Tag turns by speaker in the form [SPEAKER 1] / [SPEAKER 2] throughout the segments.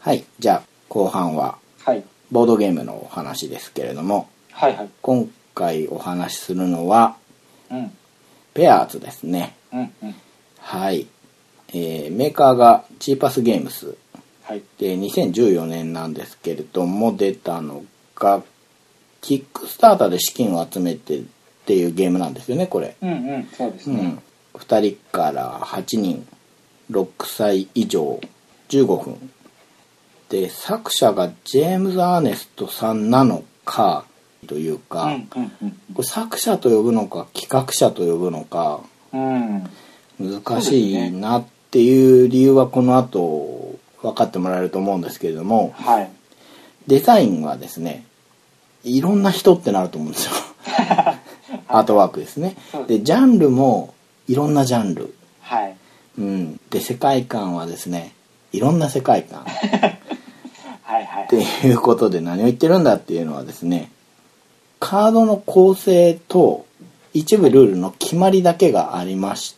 [SPEAKER 1] はい、じゃあ後半はボードゲームのお話ですけれども、
[SPEAKER 2] はいはい、
[SPEAKER 1] 今回お話しするのは、
[SPEAKER 2] うん、
[SPEAKER 1] ペアーズですね。
[SPEAKER 2] うんうん、
[SPEAKER 1] はい、メーカーがチーパスゲームス、
[SPEAKER 2] はい、
[SPEAKER 1] で2014年なんですけれども、出たのがキックスターターで資金を集めてっていうゲームなんですよね、これ。
[SPEAKER 2] うんうん、そうですね。
[SPEAKER 1] 2人から8人、6歳以上、15分で、作者がジェームズ・アーネストさんなのかというか、これ作者と呼ぶのか企画者と呼ぶのか、難しいなっていう理由はこの後分かってもらえると思うんですけれども、
[SPEAKER 2] はい、
[SPEAKER 1] デザインはですね、いろんな人ってなると思うんですよアートワークですね。でジャンルもいろんなジャンル、
[SPEAKER 2] はい、
[SPEAKER 1] で世界観はですね、いろんな世界観
[SPEAKER 2] はいはい、
[SPEAKER 1] っていうことで、何を言ってるんだっていうのはですね、カードの構成と一部ルールの決まりだけがありまして、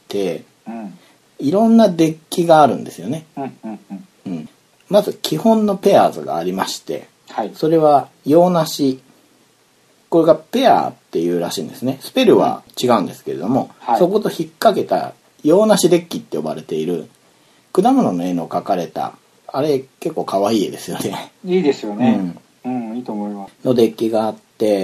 [SPEAKER 1] いろんなデッキがあるんですよね。まず基本のペアーズがありまして、
[SPEAKER 2] はい、
[SPEAKER 1] それは用なし、これがペアっていうらしいんですね。スペルは違うんですけれども、そこと引っ掛けた用なしデッキって呼ばれている、果物の絵の描かれた、あれ結構可愛い絵ですよね。
[SPEAKER 2] いいですよね。いいと思います。
[SPEAKER 1] のデッキがあって、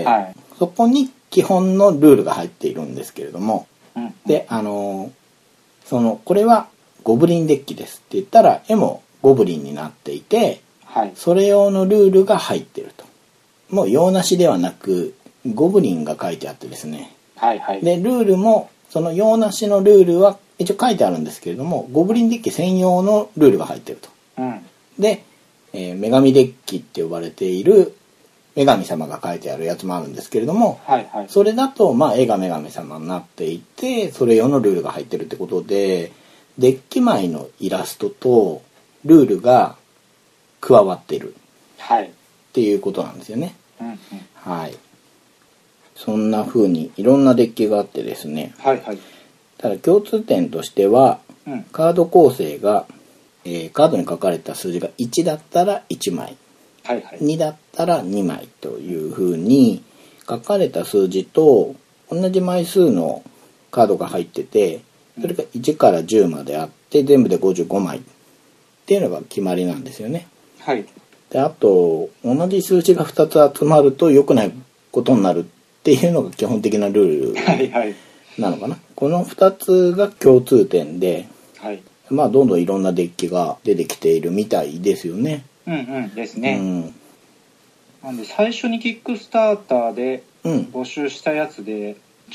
[SPEAKER 2] はい、
[SPEAKER 1] そこに基本のルールが入っているんですけれども、で、これはゴブリンデッキですって言ったら、絵もゴブリンになっていて、
[SPEAKER 2] はい、
[SPEAKER 1] それ用のルールが入っていると。もう用なしではなく、ゴブリンが書いてあってですね。
[SPEAKER 2] はいはい、
[SPEAKER 1] で、ルールも、その用なしのルールは一応書いてあるんですけれども、ゴブリンデッキ専用のルールが入っていると。で、女神デッキって呼ばれている女神様が書いてあるやつもあるんですけれども、それだと絵が女神様になっていて、それ用のルールが入ってるってことで、デッキ前のイラストとルールが加わっているっていうことなんですよね。はい。そんな風にいろんなデッキがあってですね、ただ共通点としては、カード構成がカードに書かれた数字が1だったら1枚、2だったら2枚というふうに書かれた数字と同じ枚数のカードが入ってて、それが1から10まであって全部で55枚っていうのが決まりなんですよね。で、あと同じ数字が2つ集まると良くないことになるっていうのが基本的なルールなのかな。この2つが共通点で、どんどんいろんなデッキが出てきているみたいですよね。
[SPEAKER 2] ですね。なんで最初にキックスターターで募集したやつで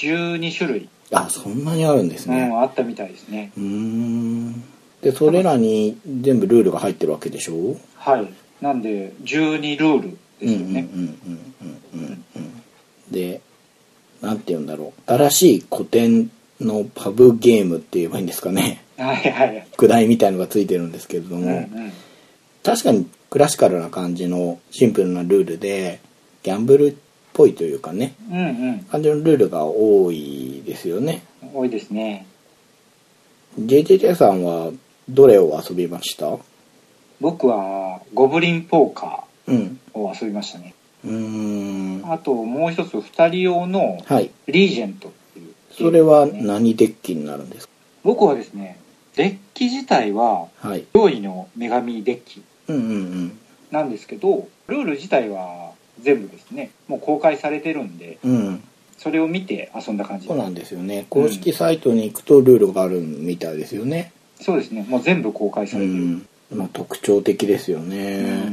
[SPEAKER 2] 12種類、
[SPEAKER 1] そんなにあるんですね。
[SPEAKER 2] あったみたいですね。
[SPEAKER 1] でそれらに全部ルールが入ってるわけでしょ。
[SPEAKER 2] なんで12ルールですよね。
[SPEAKER 1] で、なんて言うんだろう、新しい古典のパブゲームって言えばいいんですかね。句題みたいのがついてるんですけれども、確かにクラシカルな感じのシンプルなルールでギャンブルっぽいというかね、感じのルールが多いですよね。
[SPEAKER 2] 多いですね。
[SPEAKER 1] JJJ さんはどれを遊びました？
[SPEAKER 2] 僕はゴブリンポーカーを遊びましたね。あともう一つ2人用のリージェントっていう、
[SPEAKER 1] それは何デッキになるんですか？
[SPEAKER 2] 僕はですね、デッキ自体は上位の女神デッキなんですけど、ルール自体は全部ですね、もう公開されてるんで、それを見て遊んだ感じ。
[SPEAKER 1] そうなんですよね。公式サイトに行くとルールがあるみたいですよね。
[SPEAKER 2] そうですね、もう全部公開されてる。
[SPEAKER 1] 特徴的ですよね。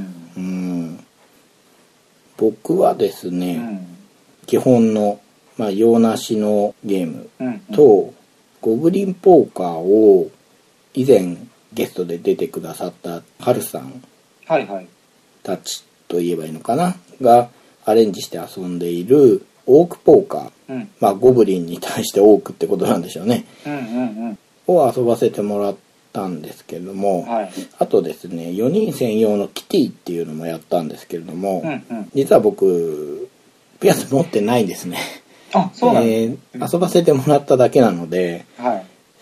[SPEAKER 1] 僕はですね、基本の、用なしのゲームと、ゴブリンポーカーを以前ゲストで出てくださったハルさんたちと言えばいいのかながアレンジして遊んでいるオークポーカー、ゴブリンに対してオークってことなんでしょうね、を遊ばせてもらったんですけれども、あとですね、4人専用のキティっていうのもやったんですけれども、実は僕ピアス持ってないんですね。
[SPEAKER 2] そうなんです。
[SPEAKER 1] 遊ばせてもらっただけなので、キ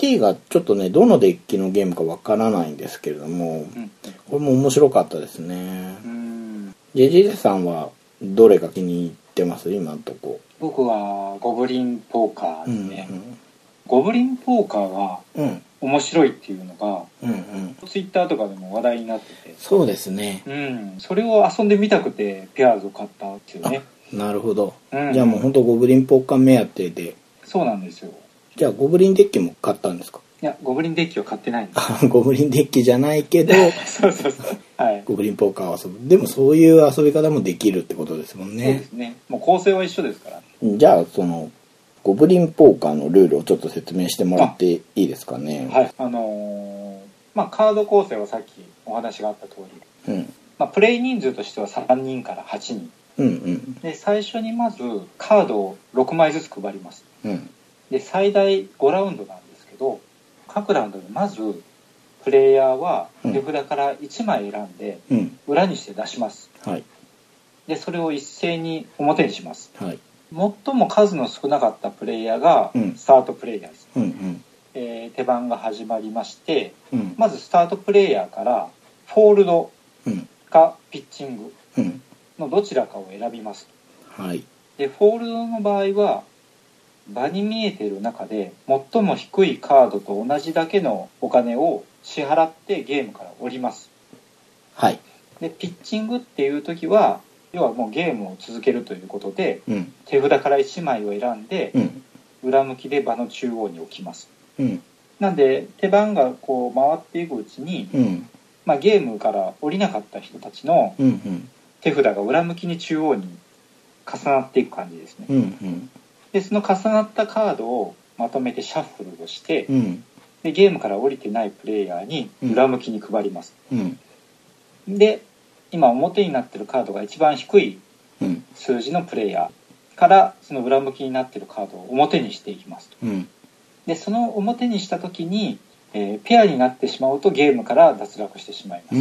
[SPEAKER 1] GT がちょっとねどのデッキのゲームかわからないんですけれども、これも面白かったですね。JJ さんはどれが気に入ってます？今のとこ。
[SPEAKER 2] 僕はゴブリンポーカーですね。ゴブリンポーカーが面白いっていうのが、ツイッターとかでも話題になってて。
[SPEAKER 1] そうですね。
[SPEAKER 2] それを遊んでみたくてペアーズを買ったんですよね。
[SPEAKER 1] なるほど。じゃあもう本当ゴブリンポーカー目当てで。
[SPEAKER 2] そうなんですよ。
[SPEAKER 1] じゃあゴブリンデッキも買ったんですか？
[SPEAKER 2] いや、ゴブリンデッキは買ってないんです。
[SPEAKER 1] ゴブリンデッキじゃないけど
[SPEAKER 2] そうそうそう、はい、
[SPEAKER 1] ゴブリンポーカーを遊ぶ。でもそういう遊び方もできるってことですもんね。
[SPEAKER 2] そうですね。もう構成は一緒ですから。
[SPEAKER 1] じゃあそのゴブリンポーカーのルールをちょっと説明してもらっていいですかね。
[SPEAKER 2] はい。カード構成はさっきお話があった通り、プレイ人数としては3人から8人、で最初にまずカードを6枚ずつ配ります、で最大5ラウンドなんですけど、各ラウンドでまずプレイヤーは手札から1枚選んで裏にして出します、でそれを一斉に表にします、最も数の少なかったプレイヤーがスタートプレイヤーです、手番が始まりまして、まずスタートプレイヤーからフォールドかピッチングのどちらかを選びます、でフォールドの場合は場に見えている中で最も低いカードと同じだけのお金を支払ってゲームから降ります、でピッチングっていう時は要はもうゲームを続けるということで、手札から1枚を選んで、裏向きで場の中央に置きます、なんで手番がこう回っていくうちに、ゲームから降りなかった人たちの手札が裏向きに中央に重なっていく感じですね、でその重なったカードをまとめてシャッフルをして、でゲームから降りてないプレイヤーに裏向きに配ります、で今表になってるカードが一番低い数字のプレイヤーからその裏向きになってるカードを表にしていきますと、でその表にした時に、ペアになってしまうとゲームから脱落してしまいます、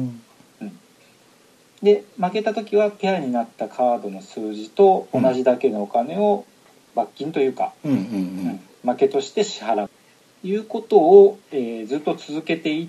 [SPEAKER 2] で負けた時はペアになったカードの数字と同じだけのお金を罰金というか、負けとして支払うということを、ずっと続けていって、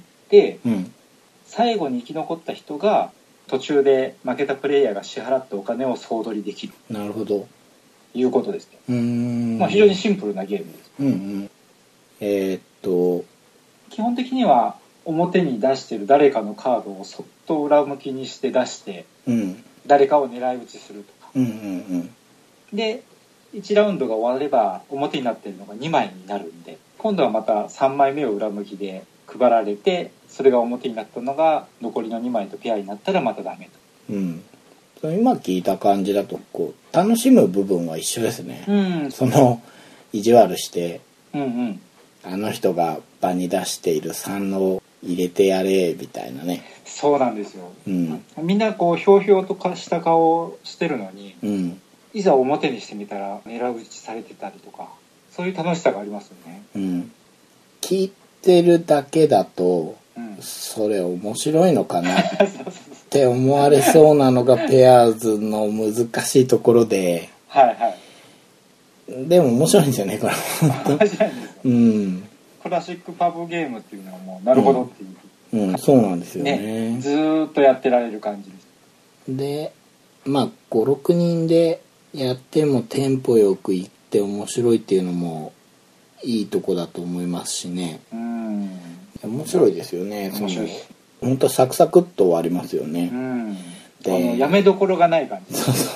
[SPEAKER 2] 最後に生き残った人が途中で負けたプレイヤーが支払ったお金を総取りできる。
[SPEAKER 1] なるほど。
[SPEAKER 2] いうことですね。非常にシンプルなゲームです。基本的には表に出している誰かのカードをそっと裏向きにして出して、誰かを狙い撃ちするとか。で、1ラウンドが終われば表になっているのが2枚になるんで、今度はまた3枚目を裏向きで配られて、それが表になったのが残りの2枚とペアになったらまたダメ
[SPEAKER 1] と、今聞いた感じだとこう楽しむ部分は一緒ですね、その意地悪して、あの人が場に出している3を入れてやれみたいなね。
[SPEAKER 2] そうなんですよ、みんなこうひょうひょうとした顔をしてるのに、いざ表にしてみたら狙い撃ちされてたりとか、そういう楽しさがありますよね。
[SPEAKER 1] 聞いてるだけだと、それ面白いのかなって思われそうなのがペアーズの難しいところで、でも面白いんですよねこれ。
[SPEAKER 2] 面白いんですよ、クラシックパブゲームっていうのはもうなるほどっていう、
[SPEAKER 1] そうなんですよね。
[SPEAKER 2] ずーっとやってられる感じです。
[SPEAKER 1] で5,6 人でやってもテンポよくいって面白いっていうのもいいとこだと思いますしね。面白いですよね。
[SPEAKER 2] 面白いです。
[SPEAKER 1] 本当サクサクっと終わりますよね。
[SPEAKER 2] でやめどころがない感じ。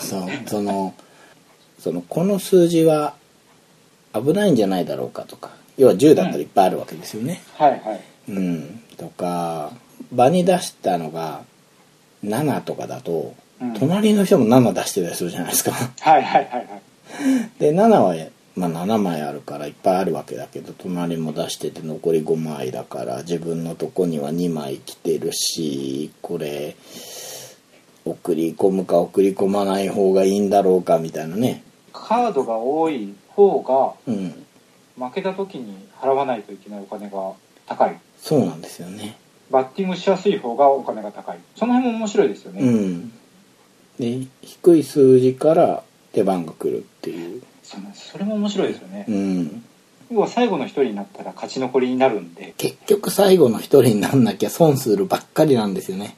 [SPEAKER 1] この数字は危ないんじゃないだろうかとか、要は10だったらいっぱいあるわけですよね。とか場に出したのが7とかだと、隣の人も7出してたりするじゃないですか。で7は7枚あるからいっぱいあるわけだけど、隣も出してて残り5枚だから自分のとこには2枚来てるし、これ送り込むか送り込まない方がいいんだろうかみたいなね。
[SPEAKER 2] カードが多い方が、負けた時に払わないといけないお金が高い。
[SPEAKER 1] そうなんですよね。
[SPEAKER 2] バッティングしやすい方がお金が高い。その辺も面白いですよね。
[SPEAKER 1] で低い数字から手番が来るっていう。
[SPEAKER 2] それも面白いですよね。 要は最後の一人になったら勝ち残りになるんで、
[SPEAKER 1] 結局最後の一人になんなきゃ損するばっかりなんですよね。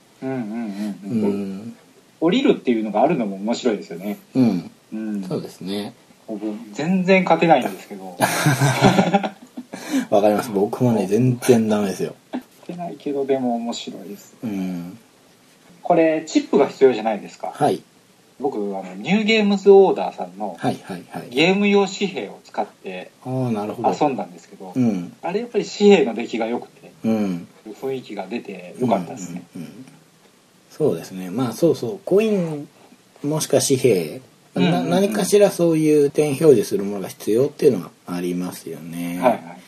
[SPEAKER 2] 降りるっていうのがあるのも面白いですよね。
[SPEAKER 1] そうですね。
[SPEAKER 2] 全然勝てないんですけど
[SPEAKER 1] わかります。僕もね全然ダメですよ。
[SPEAKER 2] 勝てないけどでも面白いです。これチップが必要じゃないですか。
[SPEAKER 1] はい。
[SPEAKER 2] 僕ニューゲームズオーダーさんのゲーム用紙幣を使って遊んだんですけど、あれやっぱり紙幣の出来が良くて、雰囲気が出て良かったですね。
[SPEAKER 1] そうですね。まあそうそうコインもしくは紙幣、何かしらそういう点表示するものが必要っていうのはありますよね。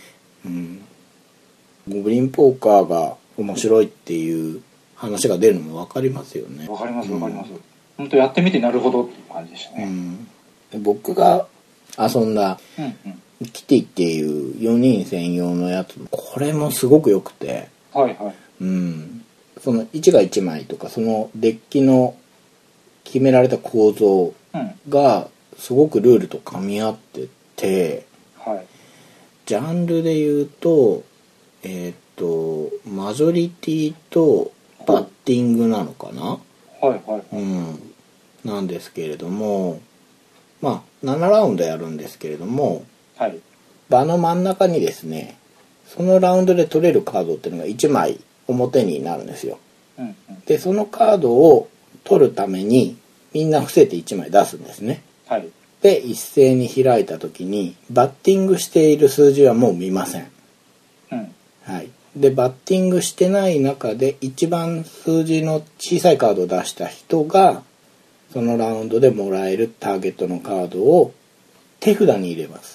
[SPEAKER 1] ゴブリンポーカーが面白いっていう話が出るのも分かりますよね。
[SPEAKER 2] 分かります分かります。本当やってみてなるほどっていう感じでしたね。
[SPEAKER 1] 僕が遊んだキティっていう4人専用のやつ、これもすごく良くて、その1が1枚とかそのデッキの決められた構造がすごくルールと噛み合ってて、ジャンルで言うとマジョリティとバッティングなのかな。なんですけれども、まあ7ラウンドやるんですけれども、場の真ん中にですね、そのラウンドで取れるカードっていうのが1枚表になるんですよ。でそのカードを取るためにみんな伏せて1枚出すんですね。で一斉に開いた時にバッティングしている数字はもう見ません。でバッティングしてない中で一番数字の小さいカードを出した人がそのラウンドでもらえるターゲットのカードを手札に入れます。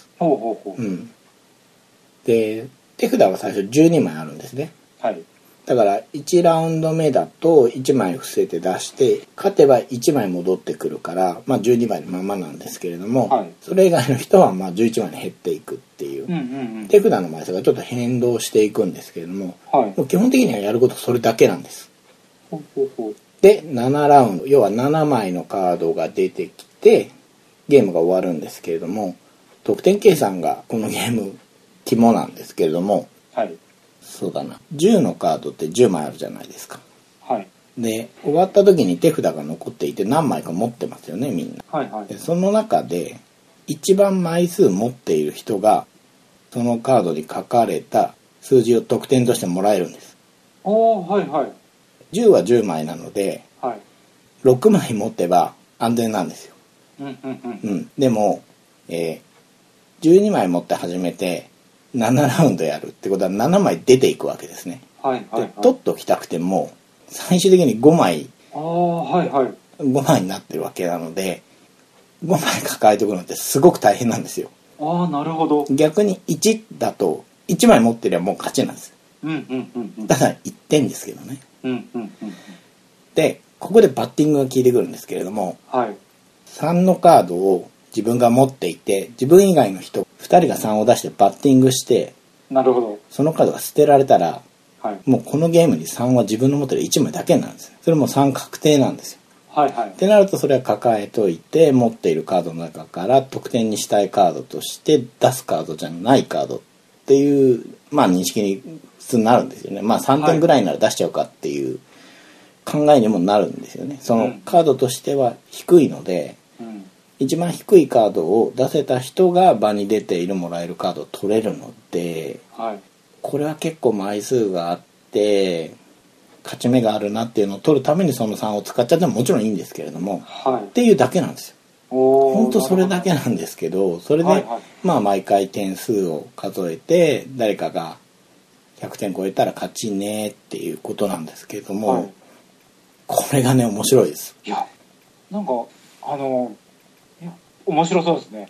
[SPEAKER 1] で手札は最初12枚あるんですね。だから1ラウンド目だと1枚伏せて出して勝てば1枚戻ってくるから、まあ、12枚のままなんですけれども、それ以外の人はまあ11枚に減っていくっていう、手札の枚数がちょっと変動していくんですけれども、もう基本的にはやることそれだけなんです。で7ラウンド、要は7枚のカードが出てきてゲームが終わるんですけれども、得点計算がこのゲーム肝なんですけれども、そうだな、10のカードって10枚あるじゃないですか。で終わった時に手札が残っていて何枚か持ってますよねみんな。でその中で一番枚数持っている人がそのカードに書かれた数字を得点としてもらえるんです。10は10枚なので、6枚持ってば安全なんですよ。でも、12枚持って始めて7ラウンドやるってことは7枚出ていくわけですね。で取っときたくても最終的に5枚5枚になってるわけなので5枚抱えておくのってすごく大変なんですよ。
[SPEAKER 2] なるほど。
[SPEAKER 1] 逆に1だと1枚持ってりゃもう勝ちなんです。ただ1点ですけどね。でここでバッティングが効いてくるんですけれども、3のカードを自分が持っていて自分以外の人2人が3を出してバッティングして、そのカードが捨てられたら、もうこのゲームに3は自分の持ってる1枚だけなんですよ。それも3確定なんですよ。ってなるとそれは抱えといて持っているカードの中から得点にしたいカードとして出すカードじゃないカードっていう、まあ認識に普通になるんですよね。まあ3点ぐらいなら出しちゃうかっていう考えにもなるんですよね。そのカードとしては低いので、一番低いカードを出せた人が場に出ているもらえるカードを取れるので、これは結構枚数があって勝ち目があるなっていうのを取るためにその3を使っちゃってももちろんいいんですけれども、っていうだけなんですよ。本当それだけなんですけど、それで、まあ毎回点数を数えて誰かが100点超えたら勝ちねっていうことなんですけれども、これがね面白いです。
[SPEAKER 2] いやなんか面白そうですね。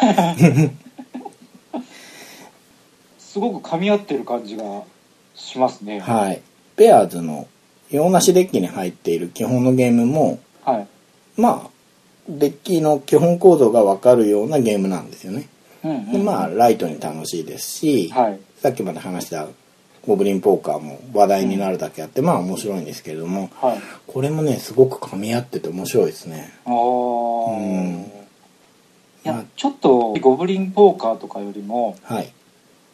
[SPEAKER 2] すごく噛み合ってる感じがしますね。
[SPEAKER 1] ペアーズの用なしデッキに入っている基本のゲームも、まあデッキの基本構造が分かるようなゲームなんですよね。でまあライトに楽しいですし、さっきまで話したゴブリンポーカーも話題になるだけあって、まあ面白いんですけれども、これもねすごく噛み合ってて面白いですね。
[SPEAKER 2] いやちょっとゴブリンポーカーとかよりも、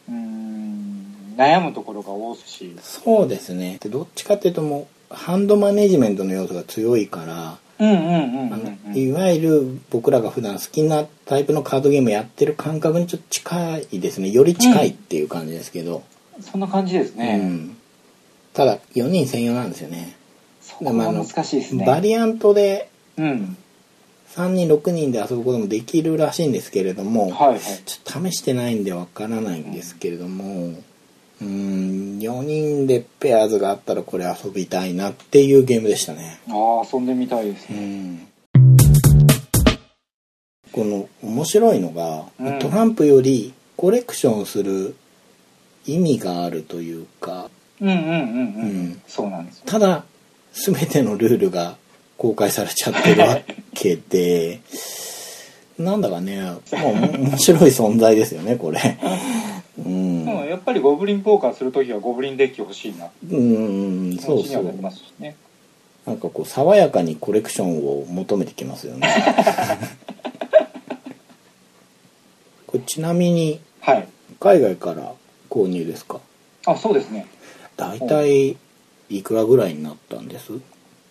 [SPEAKER 2] 悩むところが多いし。
[SPEAKER 1] そうですね。でどっちかっていうともうハンドマネジメントの要素が強いから、いわゆる僕らが普段好きなタイプのカードゲームやってる感覚にちょっと近いですね。より近いっていう感じですけど。
[SPEAKER 2] そんな感じですね。
[SPEAKER 1] ただ4人専用なんですよね。
[SPEAKER 2] そこが難しいですね。
[SPEAKER 1] バリアントで3人6人で遊ぶこともできるらしいんですけれども、ちょっと試してないんでわからないんですけれども、4人でペアーズがあったらこれ遊びたいなっていうゲームでしたね。
[SPEAKER 2] 遊んでみたいですね。
[SPEAKER 1] この面白いのが、トランプよりコレクションする意味があるというか、
[SPEAKER 2] そうなんですよ。
[SPEAKER 1] ただ全てのルールが公開されちゃってるわけでなんだかね、もう面白い存在ですよねこれ。
[SPEAKER 2] やっぱりゴブリンポーカーするときはゴブリンデッキ欲しいな。
[SPEAKER 1] そうそう。なりますしね。なんかこう爽やかにコレクションを求めてきますよね。これちなみに、海外から購入ですか？
[SPEAKER 2] そうですね。
[SPEAKER 1] だいたいいくらぐらいになったんです？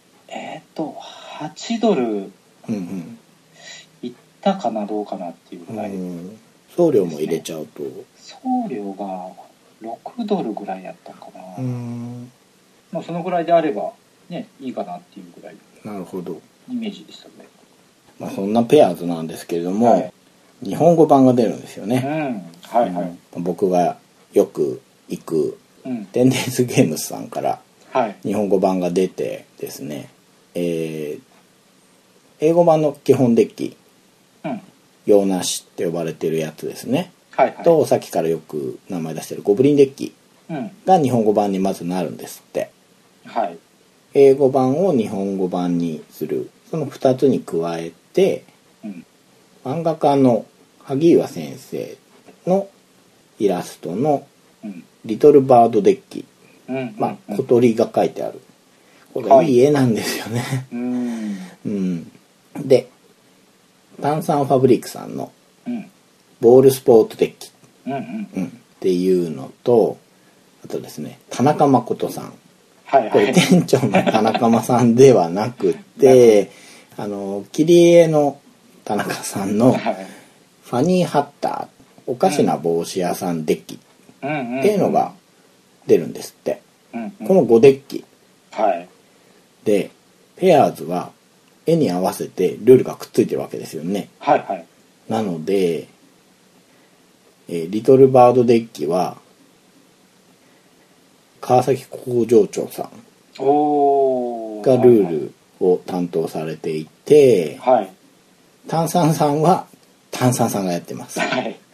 [SPEAKER 2] 8ドルいったかなどうかなっていうぐらい、
[SPEAKER 1] 送料も入れちゃうと
[SPEAKER 2] 送料が6ドルぐらいやったかな。そのぐらいであればねいいかなっていうぐらい。
[SPEAKER 1] なるほど。
[SPEAKER 2] イメージでしたね。
[SPEAKER 1] そんなペアーズなんですけれども、日本語版が出るんですよね。僕がよく行く10daysゲームズさんから日本語版が出てですね、英語版の基本デッキ、用なしって呼ばれてるやつですね、とさっきからよく名前出してるゴブリンデッキが日本語版にまずなるんですって、英語版を日本語版にする、その2つに加えて、漫画家の萩岩先生のイラストのリトルバードデッキ、小鳥が書いてある、これいい絵なんですよね。で炭酸ファブリックさんのボールスポーツデッキっていうのと、あとですね田中誠さん、これ店長の田中さんではなくて切り絵の田中さんのファニーハッターおかしな帽子屋さんデッキっていうのが出るんですって。この5デッキでペアーズは絵に合わせてルールがくっついてるわけですよね。なので、リトルバードデッキは川崎工場長さんがルールを担当されていて、炭酸さんは炭酸さんがやってます。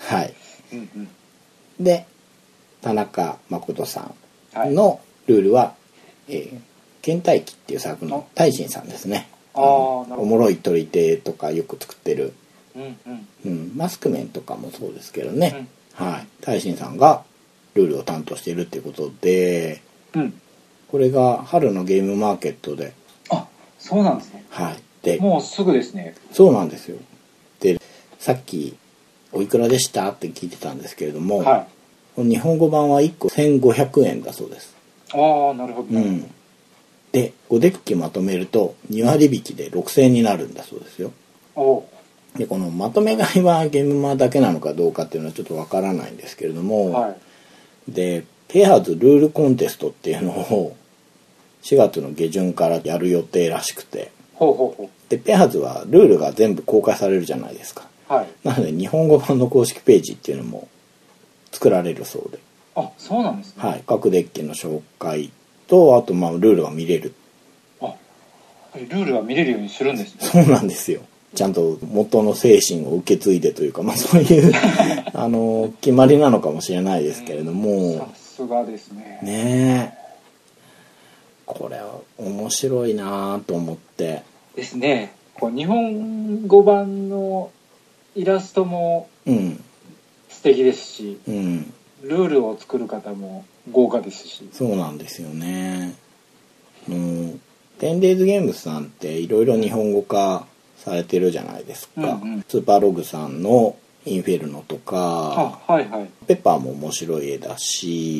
[SPEAKER 1] で田中誠さんのルールは、倦怠期っていうサークルの大臣さんですね。おもろい取り手とかよく作ってる、マスクメンとかもそうですけどね、大臣さんがルールを担当しているっていうことで、これが春のゲームマーケットで、
[SPEAKER 2] そうなんですね。でもうすぐですね。
[SPEAKER 1] そうなんですよ。でさっきおいくらでしたって聞いてたんですけれども、日本語版は1個1500円だそうです。
[SPEAKER 2] なるほど、
[SPEAKER 1] で5デッキまとめると2割引きで6000円になるんだそうですよ。でこのまとめ買いはゲームマだけなのかどうかっていうのはちょっとわからないんですけれども、でペアーズルールコンテストっていうのを4月の下旬からやる予定らしくて、でペアーズはルールが全部公開されるじゃないですか。なので日本語版の公式ページっていうのも作られるそうで、
[SPEAKER 2] そうなんですね。
[SPEAKER 1] 各デッキの紹介と、あとルールが見れる。
[SPEAKER 2] ルールは見れるようにするんですね。
[SPEAKER 1] そうなんですよ。ちゃんと元の精神を受け継いでというか、そういう決まりなのかもしれないですけれども、
[SPEAKER 2] さすがですね。
[SPEAKER 1] ねえ、これは面白いなと思って
[SPEAKER 2] ですね。日本語版のイラストも素敵ですし、ルールを作る方も豪華ですし。
[SPEAKER 1] そうなんですよね。10daysゲームズさんっていろいろ日本語化されてるじゃないですか。スーパーログさんのインフェルノとか、
[SPEAKER 2] はいはい、
[SPEAKER 1] ペッパーも面白い絵だし、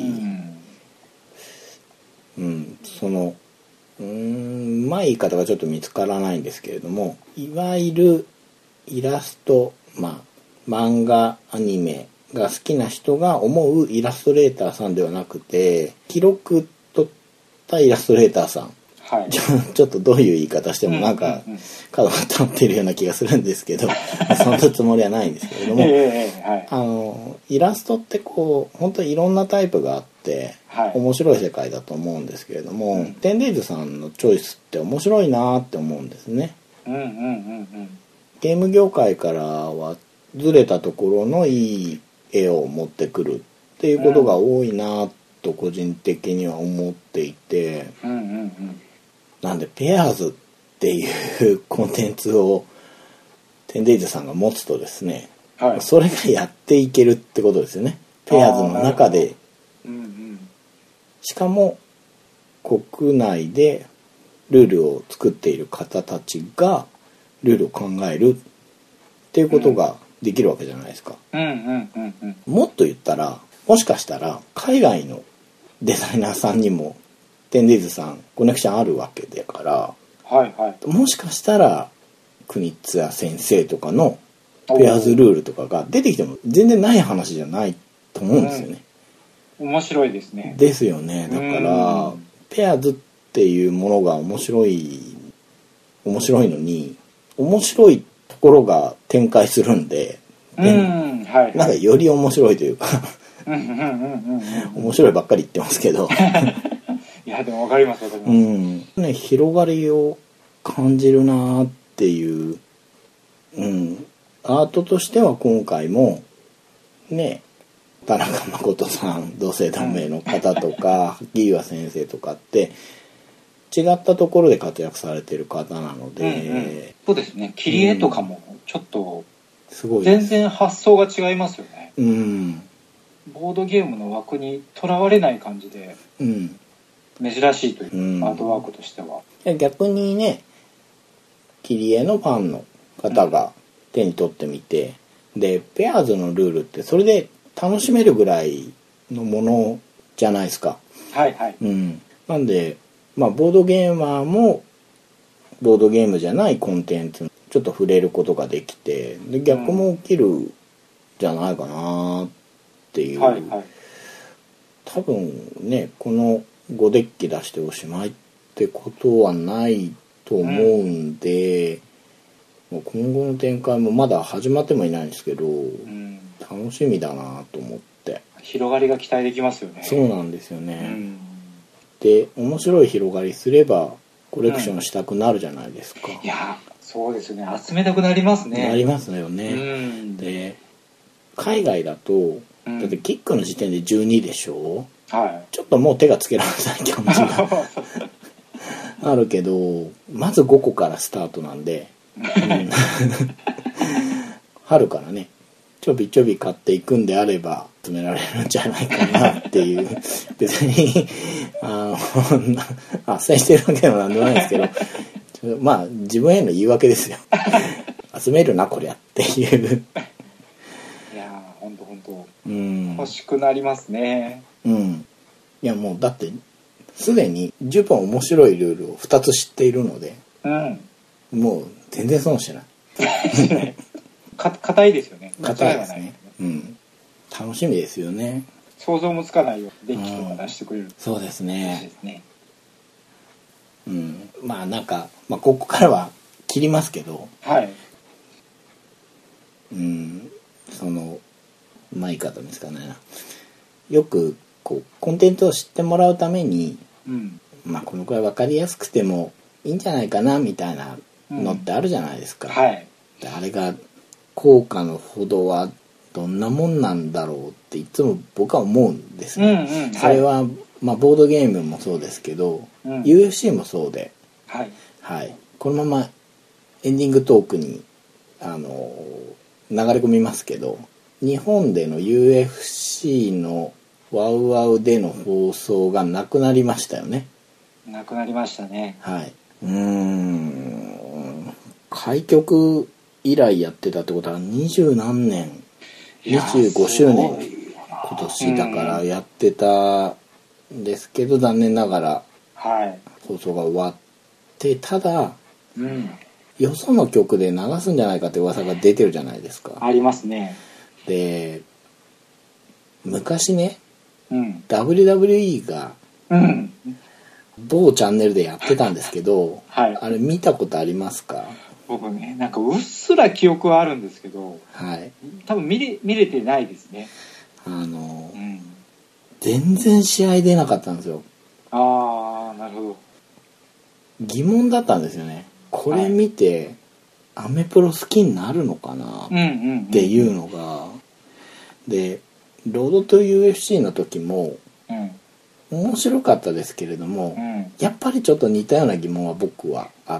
[SPEAKER 1] そのうまい言い方がちょっと見つからないんですけれども、いわゆるイラスト、漫画アニメが好きな人が思うイラストレーターさんではなくて、広く撮ったイラストレーターさん、はい、ちょっとどういう言い方してもなんか角が立ってるような気がするんですけどそんなつもりはないんですけれども、イラストってこう本当にいろんなタイプがあって、はい、面白い世界だと思うんですけれども、10daysさんのチョイスって面白いなって思うんですね。ゲーム業界からはずれたところのいい絵を持ってくるっていうことが多いなと個人的には思っていて、なんでペアーズっていうコンテンツを10daysさんが持つとですね、はい、それがやっていけるってことですよね。ペアーズの中で、しかも国内でルールを作っている方たちがルールを考えるっていうことができるわけじゃないですか。もっと言ったら、もしかしたら海外のデザイナーさんにも10daysさんコネクションあるわけだから、もしかしたらクニッツァ先生とかのペアーズルールとかが出てきても全然ない話じゃないと思うんですよね。
[SPEAKER 2] 面白いですね。
[SPEAKER 1] ですよね。だからペアーズっていうものが面白いのに、面白いところが展開するんで、なんかより面白いというか面白いばっかり言ってますけど
[SPEAKER 2] いやでも分かります。
[SPEAKER 1] 広がりを感じるなっていう、アートとしては今回もね、田中誠さん、同姓同名の方とか萩岩先生とかって違ったところで活躍されてる方なので、
[SPEAKER 2] そうですね。切り絵とかもちょっとすごい全然発想が違いますよね。ボードゲームの枠にとらわれない感じで、珍しいという、アートワークとしては。
[SPEAKER 1] 逆にね、切り絵のファンの方が手に取ってみて、でペアーズのルールってそれで楽しめるぐらいのものじゃないですか。なんで、ボードゲーマーもボードゲームじゃないコンテンツちょっと触れることができて、で逆も起きるじゃないかなっていう、多分ね、この5デッキ出しておしまいってことはないと思うんで、もう今後の展開もまだ始まってもいないんですけど、楽しみだなと思って。
[SPEAKER 2] 広がりが期待できますよね。
[SPEAKER 1] そうなんですよね。で面白い広がりすればコレクションしたくなるじゃないですか。
[SPEAKER 2] いやそうですね、集めたくなりますね。
[SPEAKER 1] なりますよね。で海外だとだってキックの時点で12でしょ、ちょっともう手がつけられない感じがあるけど、まず5個からスタートなんで、春からねちょびちょび買っていくんであれば集められるんじゃないかなっていう別にあっさりしてるわけでもなんでもないですけど自分への言い訳ですよ集めるなこりゃっていう
[SPEAKER 2] いやほんと欲しくなりますね。
[SPEAKER 1] いやもうだってすでに十分面白いルールを2つ知っているので、もう全然損してない
[SPEAKER 2] 硬いですよね。
[SPEAKER 1] 硬いですね。楽しみですよね。
[SPEAKER 2] 想像もつかないようデッキとか出してくれる。
[SPEAKER 1] そうですね。なんかここからは切りますけど、その言い方ですかね。よくこうコンテンツを知ってもらうために、このくらい分かりやすくてもいいんじゃないかなみたいなのってあるじゃないですか。であれが効果のほどはどんなもんなんだろうっていつも僕は思うんですね。それは、ボードゲームもそうですけど、UFC もそうで、このままエンディングトークに流れ込みますけど、日本での UFC のワウワウでの放送がなくなりましたよね。
[SPEAKER 2] なくなりましたね。
[SPEAKER 1] 開局以来やってたってことは20何年 25周年今年だからやってたんですけど、残念ながら放送が終わって、ただ、よその曲で流すんじゃないかって噂が出てるじゃないですか。
[SPEAKER 2] ありますね。
[SPEAKER 1] で、昔ね、WWE が某チャンネルでやってたんですけど、あれ見たことありますか？
[SPEAKER 2] 僕ね、なんかうっすら記憶はあるんですけど、多分見れてないですね。
[SPEAKER 1] 全然試合出なかったんですよ。
[SPEAKER 2] ああ、なるほど。
[SPEAKER 1] 疑問だったんですよね。これ見て、アメプロ好きになるのかなっていうのが、でロードと UFC の時も、面白かったですけれども、やっぱりちょっと似たような疑問は僕はあって、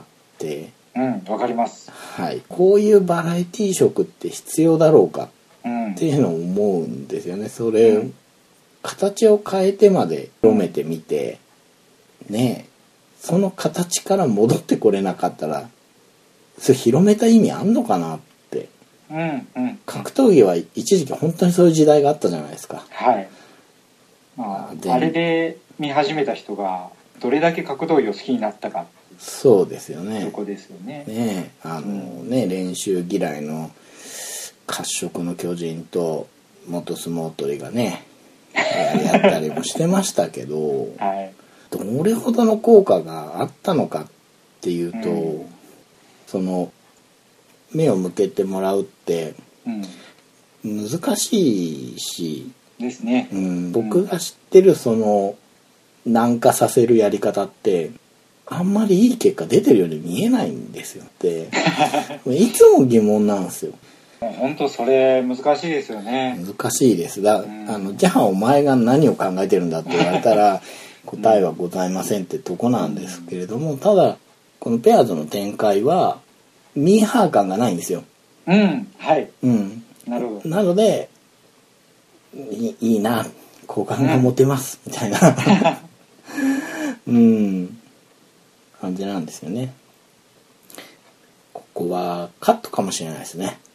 [SPEAKER 2] わかります。
[SPEAKER 1] こういうバラエティ色って必要だろうかっていうのを思うんですよね。それ、形を変えてまで広めてみて、ねえ、その形から戻ってこれなかったら、それ広めた意味あんのかなって。格闘技は一時期本当にそういう時代があったじゃないですか。
[SPEAKER 2] あれで見始めた人がどれだけ格闘技を好きになったか。
[SPEAKER 1] そうですよね。
[SPEAKER 2] そこですよね。
[SPEAKER 1] 練習嫌いの褐色の巨人と元相撲取りがねやったりもしてましたけど、どれほどの効果があったのかっていうと、その目を向けてもらうって難しいし
[SPEAKER 2] ですね。
[SPEAKER 1] 僕が知ってるその軟化させるやり方ってあんまりいい結果出てるように見えないんですよっていつも疑問なんですよ。
[SPEAKER 2] 本当それ難しいですよね。
[SPEAKER 1] 難しいです。じゃあお前が何を考えてるんだって言われたら答えはございませんってとこなんですけれども、ただこのペアーズの展開はミーハー感がないんですよ。なるほど。なのでいいな、好感が持てますみたいな感じなんですよね。ここはカットかもしれないですね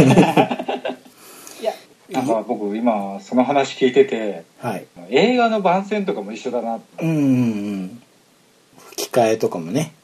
[SPEAKER 2] いや、なんか僕今その話聞いてて、映画の番宣とかも一緒だなって。
[SPEAKER 1] 吹き替えとかもね。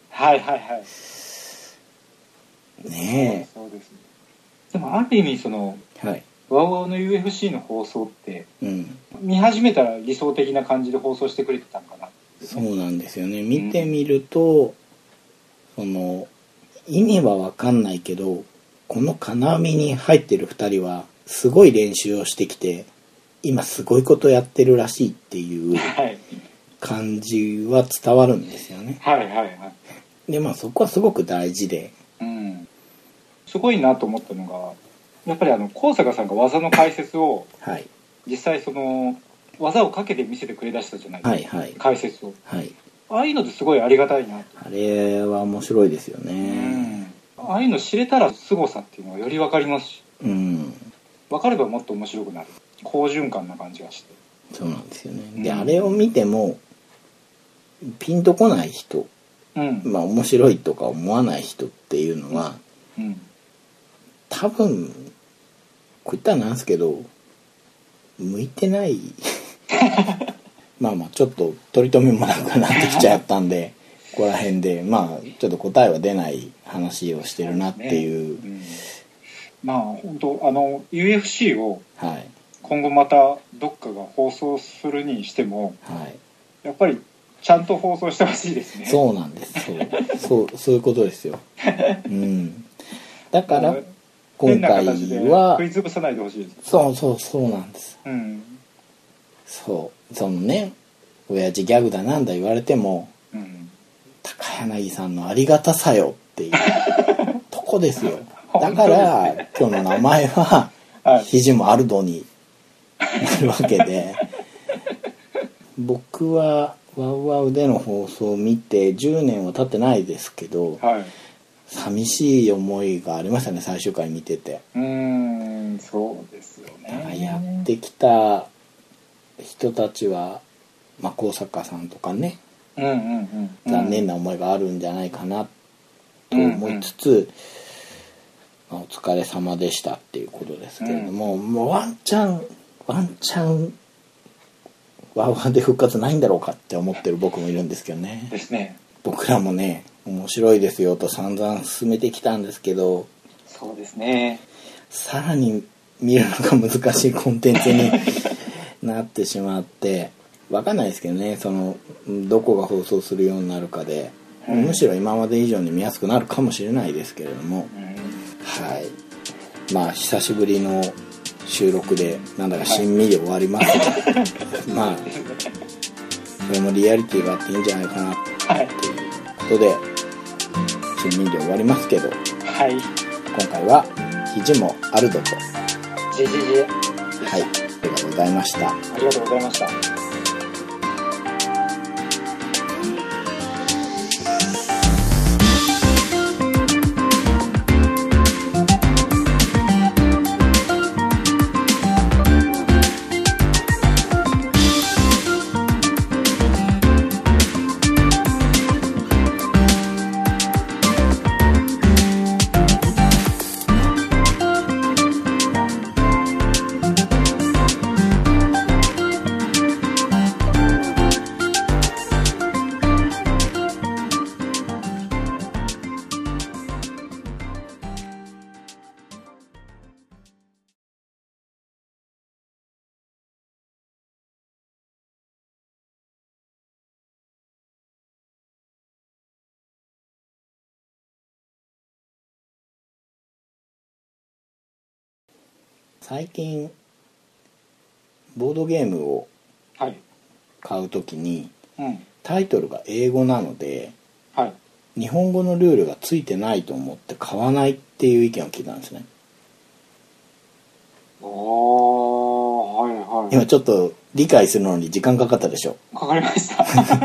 [SPEAKER 1] ねえ。
[SPEAKER 2] そうですね。でもある意味その、ワウワウの UFC の放送って、見始めたら理想的な感じで放送してくれてたのかな。
[SPEAKER 1] そうなんですよね。見てみると、その意味は分かんないけど、この金網に入ってる2人はすごい練習をしてきて今すごいことやってるらしいっていう感じは伝わるんですよね。でそこはすごく大事で、
[SPEAKER 2] すごいなと思ったのがやっぱり高坂さんが技の解説を、実際その技をかけて見せてくれだしたじゃないですか、解説を、ああいうのってすごいありがたいなと。
[SPEAKER 1] あれは面白いですよね。
[SPEAKER 2] ああいうの知れたら凄さっていうのはより分かりますし、分かればもっと面白くなる、好循環な感じがして。
[SPEAKER 1] そうなんですよね。で、あれを見てもピンとこない人、面白いとか思わない人っていうのは、多分こう言ったらなんですけど向いてないちょっと取り留めもなくなってきちゃったんでここら辺でちょっと答えは出ない話をしてるなっていう。
[SPEAKER 2] 本当UFC を今後またどっかが放送するにしても、やっぱりちゃんと放送してほしいですね。
[SPEAKER 1] そうなんです。そういうことですよ。だから今回は
[SPEAKER 2] 食い潰さないでほしいです。
[SPEAKER 1] そうなんです。そのね、親父ギャグだなんだ言われても、高柳さんのありがたさよっていうとこですよ。だから今日の名前は肘もアルドになるわけで、僕はワウワウでの放送を見て10年は経ってないですけど、寂しい思いがありましたね、最終回見てて。
[SPEAKER 2] そうですよね。
[SPEAKER 1] やってきた人たちは高坂さんとかね、残念な思いがあるんじゃないかなと思いつつ、 お疲れ様でしたっていうことですけれども、もうワンチャンワーワーで復活ないんだろうかって思ってる僕もいるんですけどね。
[SPEAKER 2] ですね。
[SPEAKER 1] 僕らもね、面白いですよと散々進めてきたんですけど、
[SPEAKER 2] そうですね。
[SPEAKER 1] さらに見るのが難しいコンテンツになってしまって、わかんないですけどね、どこが放送するようになるかで、むしろ今まで以上に見やすくなるかもしれないですけれども、はい。まあ久しぶりの収録でなんだかしんみり終わりますが、まあそれもリアリティがあっていいんじゃないかなっていうことで、しんみり終わりますけど、
[SPEAKER 2] はい、
[SPEAKER 1] 今回は肘もアルドと
[SPEAKER 2] はい、
[SPEAKER 1] ありがとうございました。
[SPEAKER 2] ありがとうございました。
[SPEAKER 1] 最近ボードゲームを買うときに、タイトルが英語なので、日本語のルールがついてないと思って買わないっていう意見を聞いたんですね。今ちょっと理解するのに時間かかったでしょ。
[SPEAKER 2] かかりました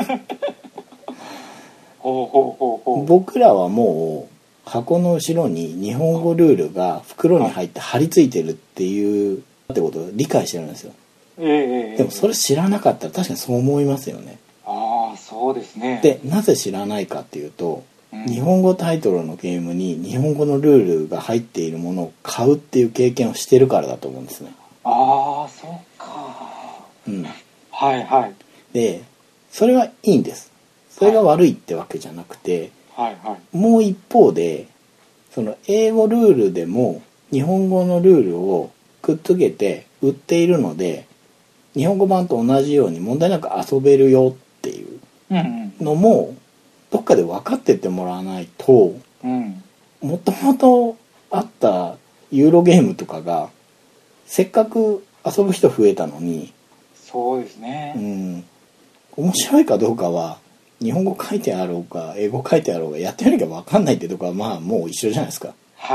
[SPEAKER 1] 僕らはもう箱の後ろに日本語ルールが袋に入って貼り付いてるっていうってことを理解してるんですよ。でもそれ知らなかったら確かにそう思いますよね。
[SPEAKER 2] ああ、そうですね。
[SPEAKER 1] で、なぜ知らないかっていうと、日本語タイトルのゲームに日本語のルールが入っているものを買うっていう経験をしてるからだと思うんですね。
[SPEAKER 2] ああ、そっか。はいはい。
[SPEAKER 1] で、それはいいんです。それが悪いってわけじゃなくて、もう一方でその英語ルールでも日本語のルールをくっつけて売っているので、日本語版と同じように問題なく遊べるよっていうのもどっかで分かってってもらわないと、もともとあったユーロゲームとかがせっかく遊ぶ人増えたのに、
[SPEAKER 2] そうですね、
[SPEAKER 1] 面白いかどうかは日本語書いてあろうか英語書いてあろうがやってみなきゃ分かんないってとこはまあもう一緒じゃないですか。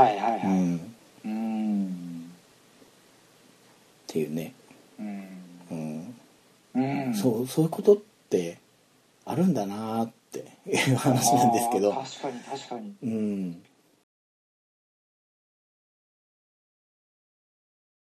[SPEAKER 1] っていうね。そういうことってあるんだなっていう話なんですけど。
[SPEAKER 2] 確かに。